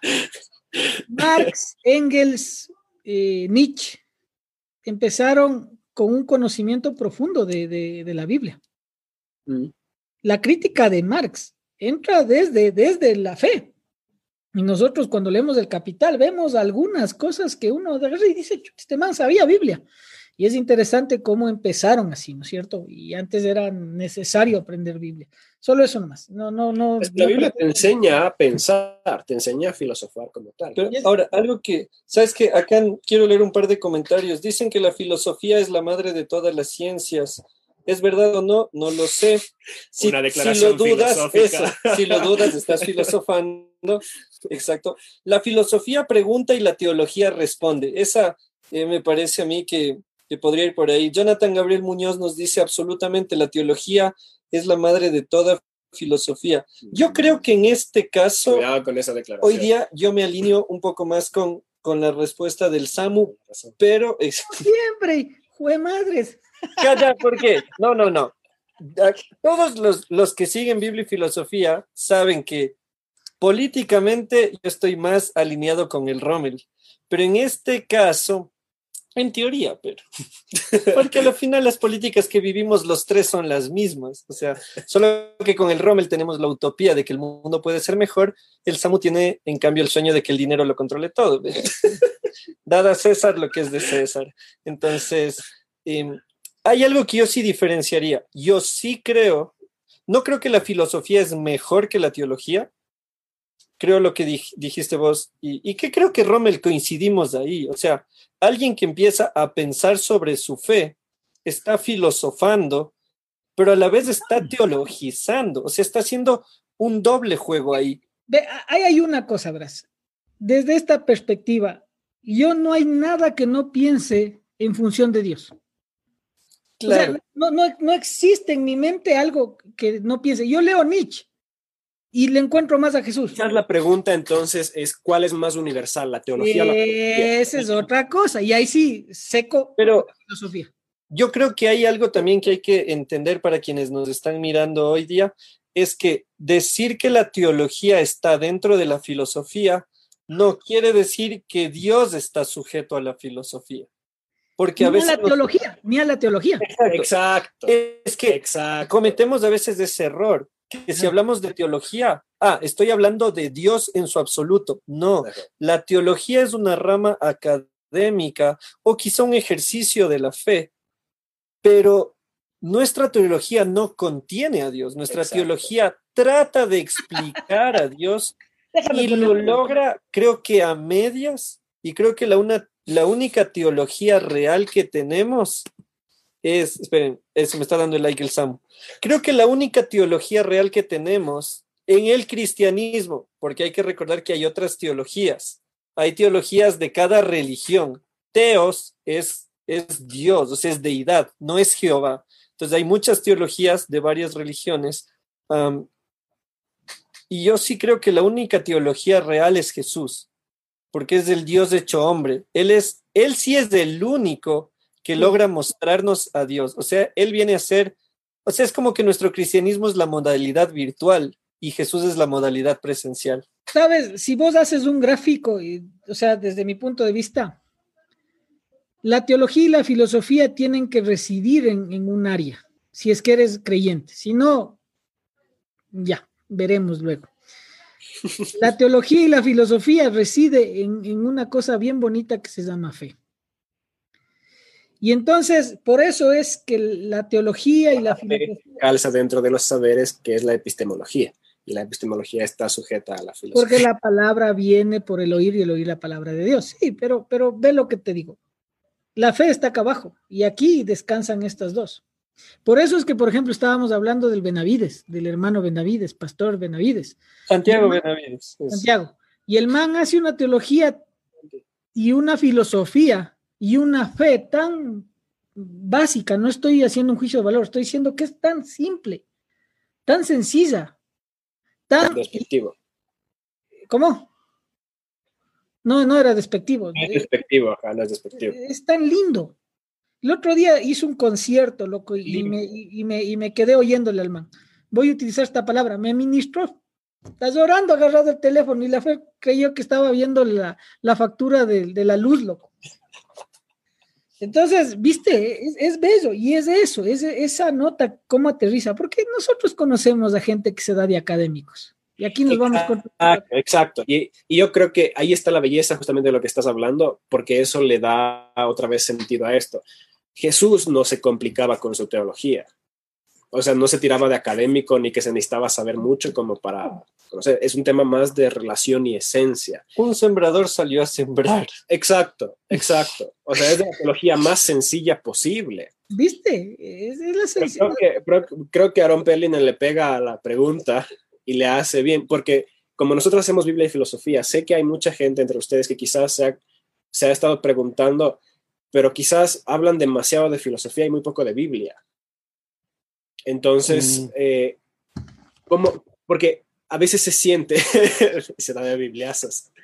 Marx, Engels, eh, Nietzsche empezaron con un conocimiento profundo de, de, de la Biblia. Mm. La crítica de Marx entra desde, desde la fe. Y nosotros cuando leemos el Capital vemos algunas cosas que uno y dice, este man sabía Biblia. Y es interesante cómo empezaron así, ¿no es cierto? Y antes era necesario aprender Biblia. Solo eso nomás. No, no, no. La no Biblia te enseña a pensar, te enseña a filosofar como tal. Pero ahora, algo que, ¿sabes qué? Acá quiero leer un par de comentarios. Dicen que la filosofía es la madre de todas las ciencias. ¿Es verdad o no? No lo sé. Si, Una declaración si lo dudas, filosófica. Eso, si lo dudas, estás filosofando. Exacto. La filosofía pregunta y la teología responde. Esa eh, me parece a mí que, que podría ir por ahí. Jonathan Gabriel Muñoz nos dice absolutamente la teología es la madre de toda filosofía. Yo creo que en este caso, cuidado con esa declaración. Hoy día yo me alineo un poco más con con la respuesta del Samu, pero... Siempre, jue madres. Calla, ¿por qué? No, no, no. Todos los, los que siguen Biblia y filosofía saben que políticamente yo estoy más alineado con el Rommel, pero en este caso, en teoría, pero porque al final las políticas que vivimos los tres son las mismas, o sea, solo que con el Rommel tenemos la utopía de que el mundo puede ser mejor, el Samu tiene en cambio el sueño de que el dinero lo controle todo. Dada a César lo que es de César. Entonces, eh, hay algo que yo sí diferenciaría. Yo sí creo, no creo que la filosofía es mejor que la teología. Creo lo que dij, dijiste vos, y, y que creo que Rommel coincidimos ahí. O sea, alguien que empieza a pensar sobre su fe, está filosofando, pero a la vez está teologizando. O sea, está haciendo un doble juego ahí. Ve, ahí hay una cosa, Bras. Desde esta perspectiva, yo no hay nada que no piense en función de Dios. Claro. O sea, no, no, no existe en mi mente algo que no piense. Yo leo Nietzsche y le encuentro más a Jesús. Quizás la pregunta entonces es, ¿cuál es más universal, la teología o la filosofía? Esa es otra cosa. Y ahí sí, seco Pero la filosofía. Yo creo que hay algo también que hay que entender para quienes nos están mirando hoy día, es que decir que la teología está dentro de la filosofía no quiere decir que Dios está sujeto a la filosofía. Porque a Ni veces a la teología, ni a la teología. Exacto. Exacto. Es que Exacto. cometemos a veces ese error, que si hablamos de teología, ah, estoy hablando de Dios en su absoluto. No, la teología es una rama académica o quizá un ejercicio de la fe, pero nuestra teología no contiene a Dios, nuestra Exacto. teología trata de explicar a Dios y lo logra, creo que a medias, y creo que la, una, la única teología real que tenemos es, esperen, eso me está dando el like el Samu, creo que la única teología real que tenemos en el cristianismo, porque hay que recordar que hay otras teologías, hay teologías de cada religión, teos es, es Dios, o sea, es deidad, no es Jehová, entonces hay muchas teologías de varias religiones, um, y yo sí creo que la única teología real es Jesús, porque es el Dios hecho hombre. Él es, él sí es el único que logra mostrarnos a Dios. O sea, él viene a ser, o sea, es como que nuestro cristianismo es la modalidad virtual y Jesús es la modalidad presencial. Sabes, si vos haces un gráfico, y, o sea, desde mi punto de vista, la teología y la filosofía tienen que residir en, en un área, si es que eres creyente. Si no, ya, veremos luego. La teología y la filosofía reside en, en una cosa bien bonita que se llama fe. Y entonces, por eso es que la teología y la filosofía calza dentro de los saberes, que es la epistemología. Y la epistemología está sujeta a la filosofía. Porque la palabra viene por el oír y el oír la palabra de Dios. Sí, pero, pero ve lo que te digo. La fe está acá abajo y aquí descansan estas dos. Por eso es que, por ejemplo, estábamos hablando del Benavides, del hermano Benavides, pastor Benavides. Santiago man, Benavides. Es. Santiago. Y el man hace una teología y una filosofía y una fe tan básica. No estoy haciendo un juicio de valor, estoy diciendo que es tan simple, tan sencilla, tan... Despectivo. ¿Cómo? No, no era despectivo. No es despectivo, ajá, no es despectivo. Es tan lindo. El otro día hizo un concierto, loco, y me, y, me, y me quedé oyéndole al man. Voy a utilizar esta palabra, me ministró. Está llorando, agarrado el teléfono, y la fe creyó que estaba viendo la, la factura de, de la luz, loco. Entonces, viste, es, es bello, y es eso, es esa nota, cómo aterriza, porque nosotros conocemos a gente que se da de académicos. Y aquí nos vamos con... Exacto. Y, y yo creo que ahí está la belleza justamente de lo que estás hablando, porque eso le da otra vez sentido a esto. Jesús no se complicaba con su teología. O sea, no se tiraba de académico ni que se necesitaba saber mucho como para... No sé, es un tema más de relación y esencia. Un sembrador salió a sembrar. Exacto, exacto. O sea, es de la teología más sencilla posible. ¿Viste? Es, es la sencilla. Creo que, creo, creo que Aaron Perlin le pega a la pregunta y le hace bien, porque como nosotros hacemos Biblia y filosofía, sé que hay mucha gente entre ustedes que quizás se ha, se ha estado preguntando, pero quizás hablan demasiado de filosofía y muy poco de Biblia. Entonces, mm. eh, ¿cómo? Porque a veces se siente, se da de bibliazos,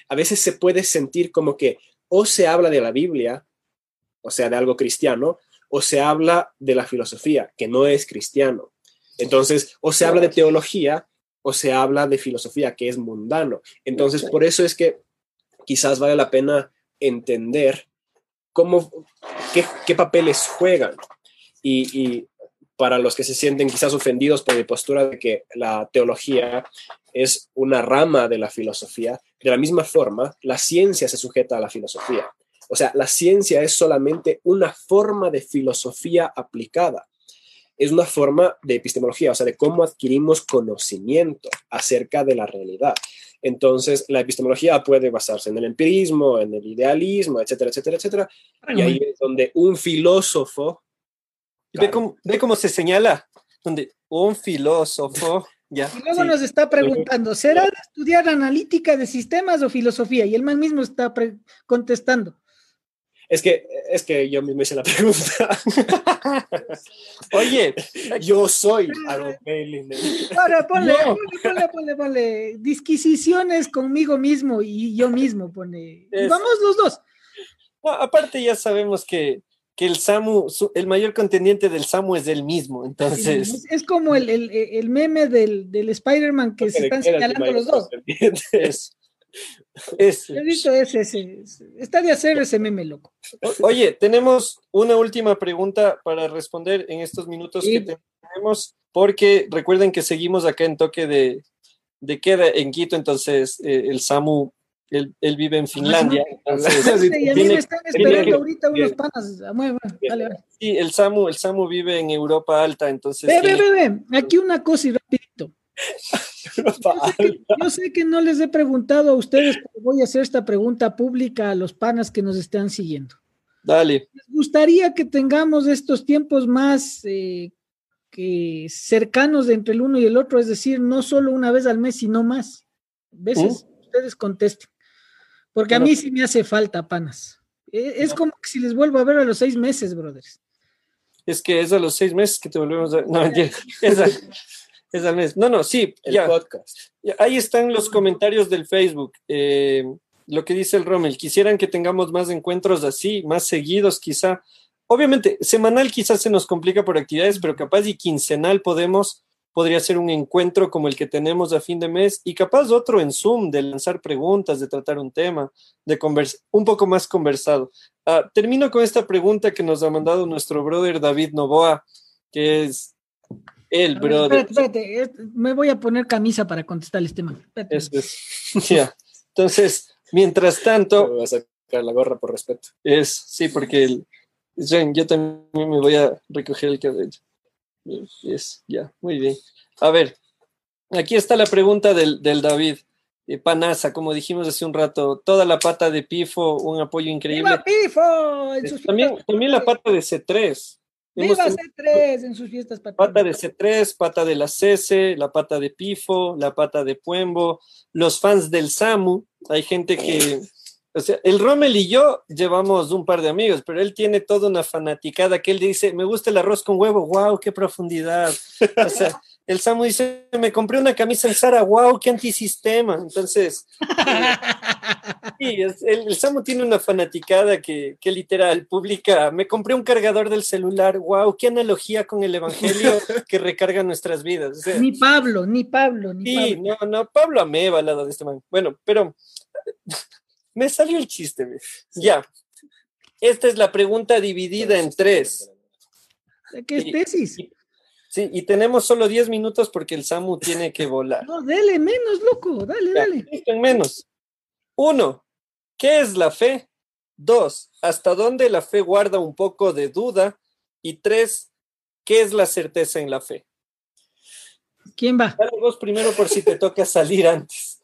a veces se puede sentir como que o se habla de la Biblia, o sea, de algo cristiano, o se habla de la filosofía, que no es cristiano. Entonces, o se habla de teología, o se habla de filosofía, que es mundano. Entonces, por eso es que quizás vale la pena entender cómo, qué, qué papeles juegan. Y, y para los que se sienten quizás ofendidos por mi postura de que la teología es una rama de la filosofía, de la misma forma, la ciencia se sujeta a la filosofía. O sea, la ciencia es solamente una forma de filosofía aplicada. Es una forma de epistemología, o sea, de cómo adquirimos conocimiento acerca de la realidad. Entonces, la epistemología puede basarse en el empirismo, en el idealismo, etcétera, etcétera, etcétera. Y ahí es donde un filósofo... Ve cómo, ve cómo se señala, donde un filósofo... Ya, y luego sí. nos está preguntando, ¿será de estudiar analítica de sistemas o filosofía? Y el man mismo está contestando. Es que, es que yo mismo hice la pregunta. Oye, yo soy Aaron Bailey. Ahora ponle, No. ponle, ponle, ponle, ponle, disquisiciones conmigo mismo y yo mismo, pone. Y Es- vamos los dos. No, aparte ya sabemos que, que el Samu, su- el mayor contendiente del Samu es él mismo, entonces... Es, es como el, el, el meme del, del Spider-Man que se están señalando los dos. Es, es- He visto ese, ese, ese. Está de hacer ese meme, loco. O- Oye, tenemos una última pregunta para responder en estos minutos Sí. que tenemos, porque recuerden que seguimos acá en toque de, de queda en Quito, entonces eh, el Samu, él, él vive en Finlandia, entonces Sí, Y a mí tiene- me están tiene esperando que- ahorita unos bien. panas. Ah, bueno, bueno, Dale, dale. sí, el Samu, el Samu vive en Europa Alta, entonces Ve, ve, tiene- ve, ve. Aquí una cosa y rapidito. Yo sé, que, yo sé que no les he preguntado a ustedes, pero voy a hacer esta pregunta pública a los panas que nos están siguiendo. dale. ¿Les gustaría que tengamos estos tiempos más eh, que cercanos entre el uno y el otro? Es decir, no solo una vez al mes, sino más veces. Ustedes contesten. Porque a Bueno. mí sí me hace falta, panas. Eh, Es como que si les vuelvo a ver a los seis meses, brothers. Es que es a los seis meses que te volvemos a... No, mentira, es, a- es al mes. No, no, sí, El ya. podcast. Ya, ahí están los comentarios del Facebook. Eh, lo que dice el Rommel, quisieran que tengamos más encuentros así, más seguidos quizá. Obviamente, semanal quizás se nos complica por actividades, pero capaz y quincenal podemos, podría ser un encuentro como el que tenemos a fin de mes y capaz otro en Zoom, de lanzar preguntas, de tratar un tema, de conversar, un poco más conversado. Ah, termino con esta pregunta que nos ha mandado nuestro brother David Novoa, que es el A ver, brother. espérate, espérate. es- Me voy a poner camisa para contestarle este man. Espérate. Eso es. Ya. Entonces, mientras Me tanto, voy a sacar la gorra por respeto. es, sí, porque el, Jen, yo también me voy a recoger el cabello. Es, ya, muy bien. A ver, aquí está la pregunta del, del David. Eh, Panaza, como dijimos hace un rato, toda la pata de Pifo, un apoyo increíble. ¡Viva Pifo! En sus También, fiestas también la patrias. pata de C tres. Hemos ¡Viva tenido C tres en sus fiestas pata patrias! de C tres, pata de la C C, la pata de Pifo, la pata de Puembo, los fans del Samu. Hay gente que, o sea, el Rommel y yo llevamos un par de amigos, pero él tiene toda una fanaticada que él dice, me gusta el arroz con huevo, wow, qué profundidad. O sea, el Samu dice, me compré una camisa en Zara, wow, qué antisistema. Entonces, sí, es- el, el Samu tiene una fanaticada que, que literal publica, me compré un cargador del celular, wow, qué analogía con el evangelio que recarga nuestras vidas. O sea, Ni Pablo, ni Pablo, ni sí, Pablo. no, no, Pablo ameba al lado de este man. Bueno, pero me salió el chiste, ¿ves? Ya. Esta es la pregunta dividida en tres. ¿Qué es Sí, tesis? y- Sí, y tenemos solo diez minutos porque el Samu tiene que volar. No, dele menos, loco, dale, Ya, dale. listo, en menos. Uno, ¿qué es la fe? Dos, ¿hasta dónde la fe guarda un poco de duda? Y tres, ¿qué es la certeza en la fe? ¿Quién va? Dale vos primero por si te toca salir antes.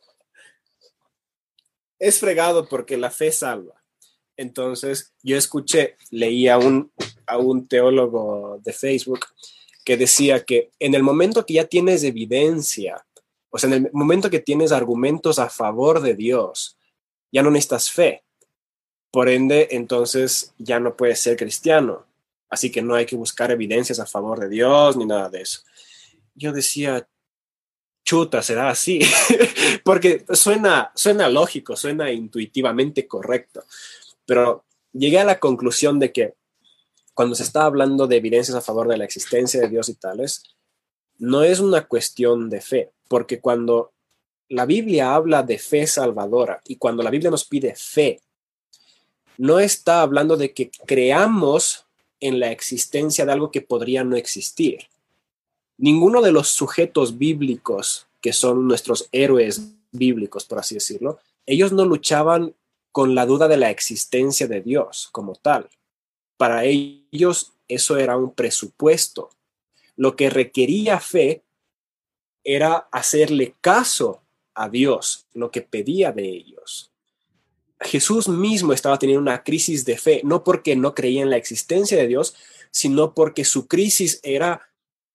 Es fregado porque la fe salva. Entonces, yo escuché, leí a un, a un teólogo de Facebook que decía que en el momento que ya tienes evidencia, o sea, en el momento que tienes argumentos a favor de Dios, ya no necesitas fe. Por ende, entonces ya no puedes ser cristiano. Así que no hay que buscar evidencias a favor de Dios ni nada de eso. Yo decía, chuta, será así, porque suena, suena lógico, suena intuitivamente correcto, pero llegué a la conclusión de que cuando se está hablando de evidencias a favor de la existencia de Dios y tales, no es una cuestión de fe, porque cuando la Biblia habla de fe salvadora y cuando la Biblia nos pide fe, no está hablando de que creamos en la existencia de algo que podría no existir. Ninguno de los sujetos bíblicos, que son nuestros héroes bíblicos, por así decirlo, ellos no luchaban con la duda de la existencia de Dios como tal. Para ellos eso era un presupuesto. Lo que requería fe era hacerle caso a Dios, lo que pedía de ellos. Jesús mismo estaba teniendo una crisis de fe, no porque no creía en la existencia de Dios, sino porque su crisis era: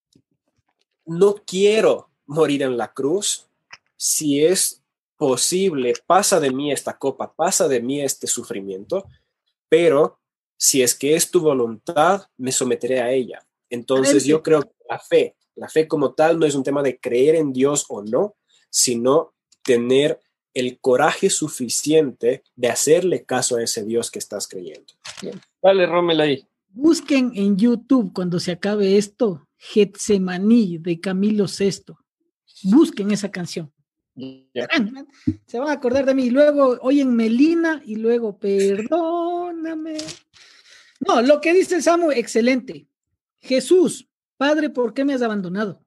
no quiero morir en la cruz. Si es posible, pasa de mí esta copa, pasa de mí este sufrimiento, pero si es que es tu voluntad, me someteré a ella. Entonces yo creo que la fe, la fe como tal no es un tema de creer en Dios o no, sino tener el coraje suficiente de hacerle caso a ese Dios que estás creyendo. Bien. Dale, Rommel ahí. Busquen en YouTube cuando se acabe esto, Getsemaní de Camilo Sesto. Busquen esa canción. Yeah. Se van a acordar de mí. Y luego oyen Melina y luego perdóname. No, lo que dice el Samu, excelente. Jesús, Padre, ¿por qué me has abandonado?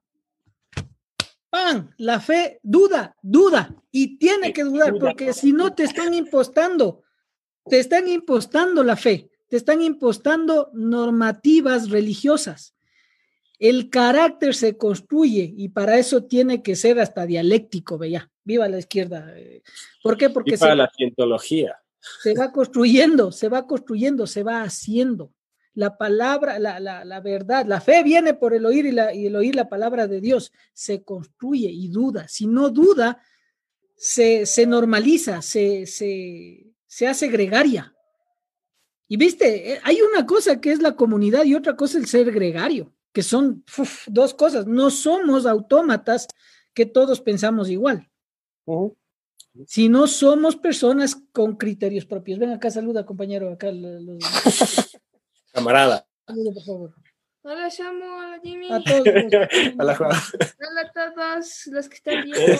Pan, la fe, duda, duda. Y tiene que dudar, porque si no te están impostando, te están impostando la fe, te están impostando normativas religiosas. El carácter se construye y para eso tiene que ser hasta dialéctico, veía. Viva la izquierda. ¿Por qué? Porque y para se, la cientología. Se va construyendo, se va construyendo, se va haciendo. La palabra, la, la, la verdad, la fe viene por el oír y, la, y el oír la palabra de Dios. Se construye y duda. Si no duda, se, se normaliza, se, se, se hace gregaria. Y viste, hay una cosa que es la comunidad y otra cosa el ser gregario, que son uf, dos cosas. No somos autómatas que todos pensamos igual. Uh-huh. Si no somos personas con criterios propios. Ven acá, saluda, compañero. Acá los, los... Camarada. Saluda, por favor. Hola, Samu, hola, Jimmy. A todos. Hola, Juan. Hola a todos los que están viendo.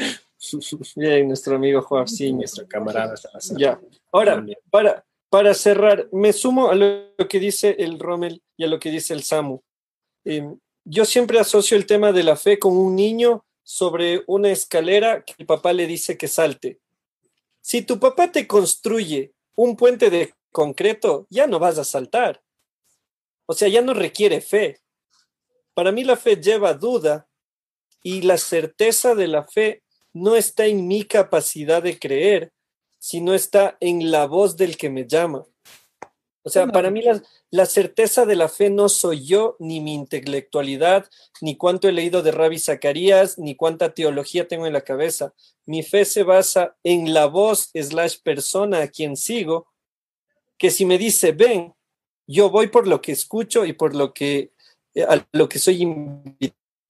Bien, nuestro amigo Juan, sí, nuestro camarada. Ya. Ahora, para, para cerrar, me sumo a lo que dice el Rommel y a lo que dice el Samu. Eh, yo siempre asocio el tema de la fe con un niño sobre una escalera que el papá le dice que salte. Si tu papá te construye un puente de concreto, ya no vas a saltar. O sea, ya no requiere fe. Para mí la fe lleva duda y la certeza de la fe no está en mi capacidad de creer, sino está en la voz del que me llama. O sea, para mí la, la certeza de la fe no soy yo, ni mi intelectualidad, ni cuánto he leído de Rabbi Zacarías, ni cuánta teología tengo en la cabeza. Mi fe se basa en la voz slash persona a quien sigo, que si me dice, ven, yo voy por lo que escucho y por lo que, a lo que soy invitado.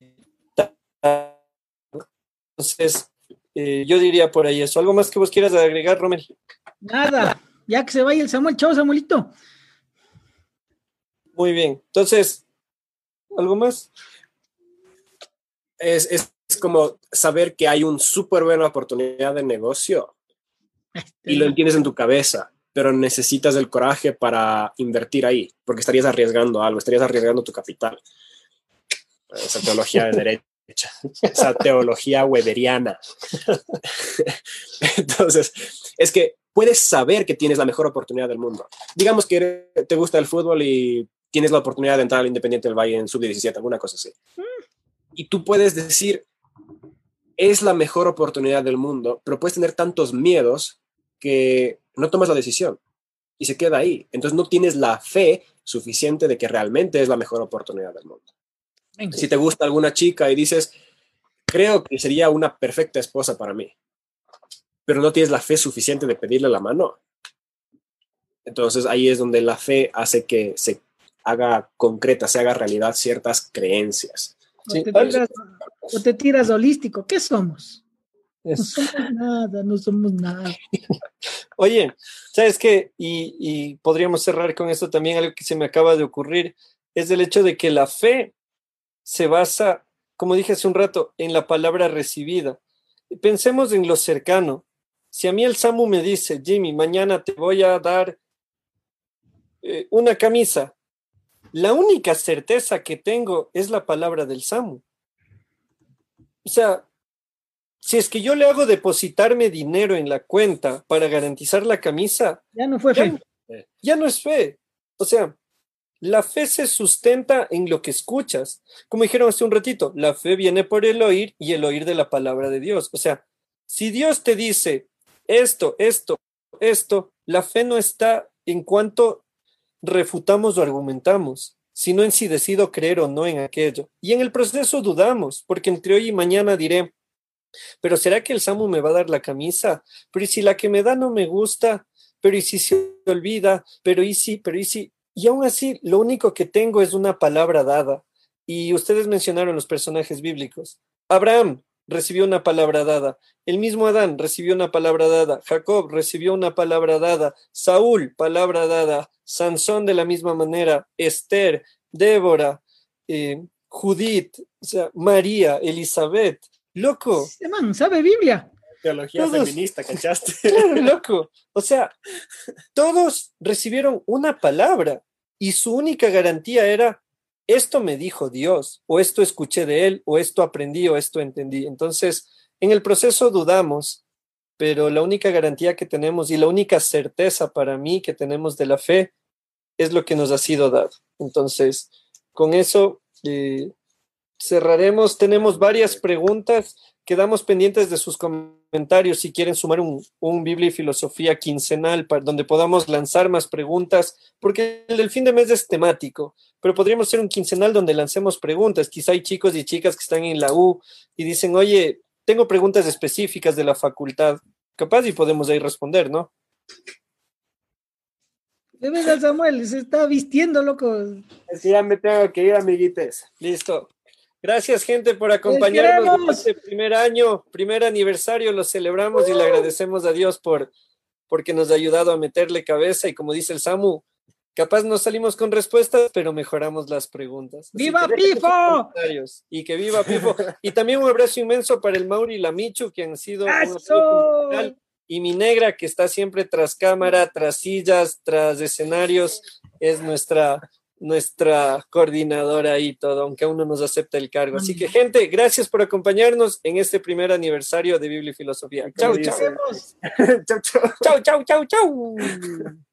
Entonces, eh, yo diría por ahí eso. ¿Algo más que vos quieras agregar, Rommel? Nada. Ya que se vaya el Samuel, chao Samuelito. Muy bien, entonces, ¿algo más? Es, es, es como saber que hay una súper buena oportunidad de negocio y lo entiendes en tu cabeza, pero necesitas el coraje para invertir ahí, porque estarías arriesgando algo, estarías arriesgando tu capital. Esa teología de derecha, esa teología weberiana. Entonces, es que puedes saber que tienes la mejor oportunidad del mundo. Digamos que te gusta el fútbol y tienes la oportunidad de entrar al Independiente del Valle en sub diecisiete, alguna cosa así. Y tú puedes decir, es la mejor oportunidad del mundo, pero puedes tener tantos miedos que no tomas la decisión y se queda ahí. Entonces no tienes la fe suficiente de que realmente es la mejor oportunidad del mundo. Si te gusta alguna chica y dices, creo que sería una perfecta esposa para mí, pero no tienes la fe suficiente de pedirle la mano. Entonces ahí es donde la fe hace que se haga concreta, se haga realidad ciertas creencias. Sí. o te tiras holístico. ¿Qué somos? No somos nada, no somos nada. Oye, ¿sabes qué? Y, y podríamos cerrar con esto también, algo que se me acaba de ocurrir, es el hecho de que la fe se basa, como dije hace un rato, en la palabra recibida. Pensemos en lo cercano. Si a mí el Samu me dice, Jimmy, mañana te voy a dar eh, una camisa, la única certeza que tengo es la palabra del Samu. O sea, si es que yo le hago depositarme dinero en la cuenta para garantizar la camisa, Ya no fue ya, fe. ya no es fe. O sea, la fe se sustenta en lo que escuchas. Como dijeron hace un ratito, la fe viene por el oír y el oír de la palabra de Dios. O sea, si Dios te dice esto, esto, esto, la fe no está en cuanto refutamos o argumentamos, sino en si decido creer o no en aquello. Y en el proceso dudamos, porque entre hoy y mañana diré, pero ¿será que el Samu me va a dar la camisa? Pero ¿y si la que me da no me gusta? Pero ¿y si se olvida? Pero ¿y si? Pero ¿y si? Y aún así, lo único que tengo es una palabra dada. Y ustedes mencionaron los personajes bíblicos. Abraham recibió una palabra dada. El mismo Adán recibió una palabra dada. Jacob recibió una palabra dada. Saúl, palabra dada. Sansón de la misma manera. Esther, Débora, eh, Judith, o sea, María, Elizabeth. Loco. Este man sabe Biblia. Teología Todos. feminista, ¿cachaste? Claro, loco. O sea, todos recibieron una palabra y su única garantía era, esto me dijo Dios, o esto escuché de él, o esto aprendí, o esto entendí. Entonces, en el proceso dudamos, pero la única garantía que tenemos y la única certeza para mí que tenemos de la fe es lo que nos ha sido dado. Entonces, con eso eh, cerraremos. Tenemos varias preguntas. Quedamos pendientes de sus comentarios si quieren sumar un, un Biblia y Filosofía quincenal para, donde podamos lanzar más preguntas, porque el del fin de mes es temático, pero podríamos hacer un quincenal donde lancemos preguntas. Quizá hay chicos y chicas que están en la U y dicen, oye, tengo preguntas específicas de la facultad. Capaz y podemos ahí responder, ¿no? De verdad, Samuel, se está vistiendo, loco. Así ya me tengo que ir, amiguites. Listo. Gracias, gente, por acompañarnos en queremos. este primer año, primer aniversario. Lo celebramos y le agradecemos a Dios por porque nos ha ayudado a meterle cabeza y como dice el Samu, capaz no salimos con respuestas, pero mejoramos las preguntas. Así ¡Viva que dejen sus Pifo! comentarios. Y que viva Pifo. Y también un abrazo inmenso para el Mauri y la Michu, que han sido un apoyo ¡Eso! fundamental. Y mi negra, que está siempre tras cámara, tras sillas, tras escenarios, es nuestra, nuestra coordinadora y todo, aunque aún no nos acepta el cargo. Así que, gente, gracias por acompañarnos en este primer aniversario de Biblia y Filosofía. Chau, chau. Nos vemos. Chau, chau. Chau, chau, chau, chau.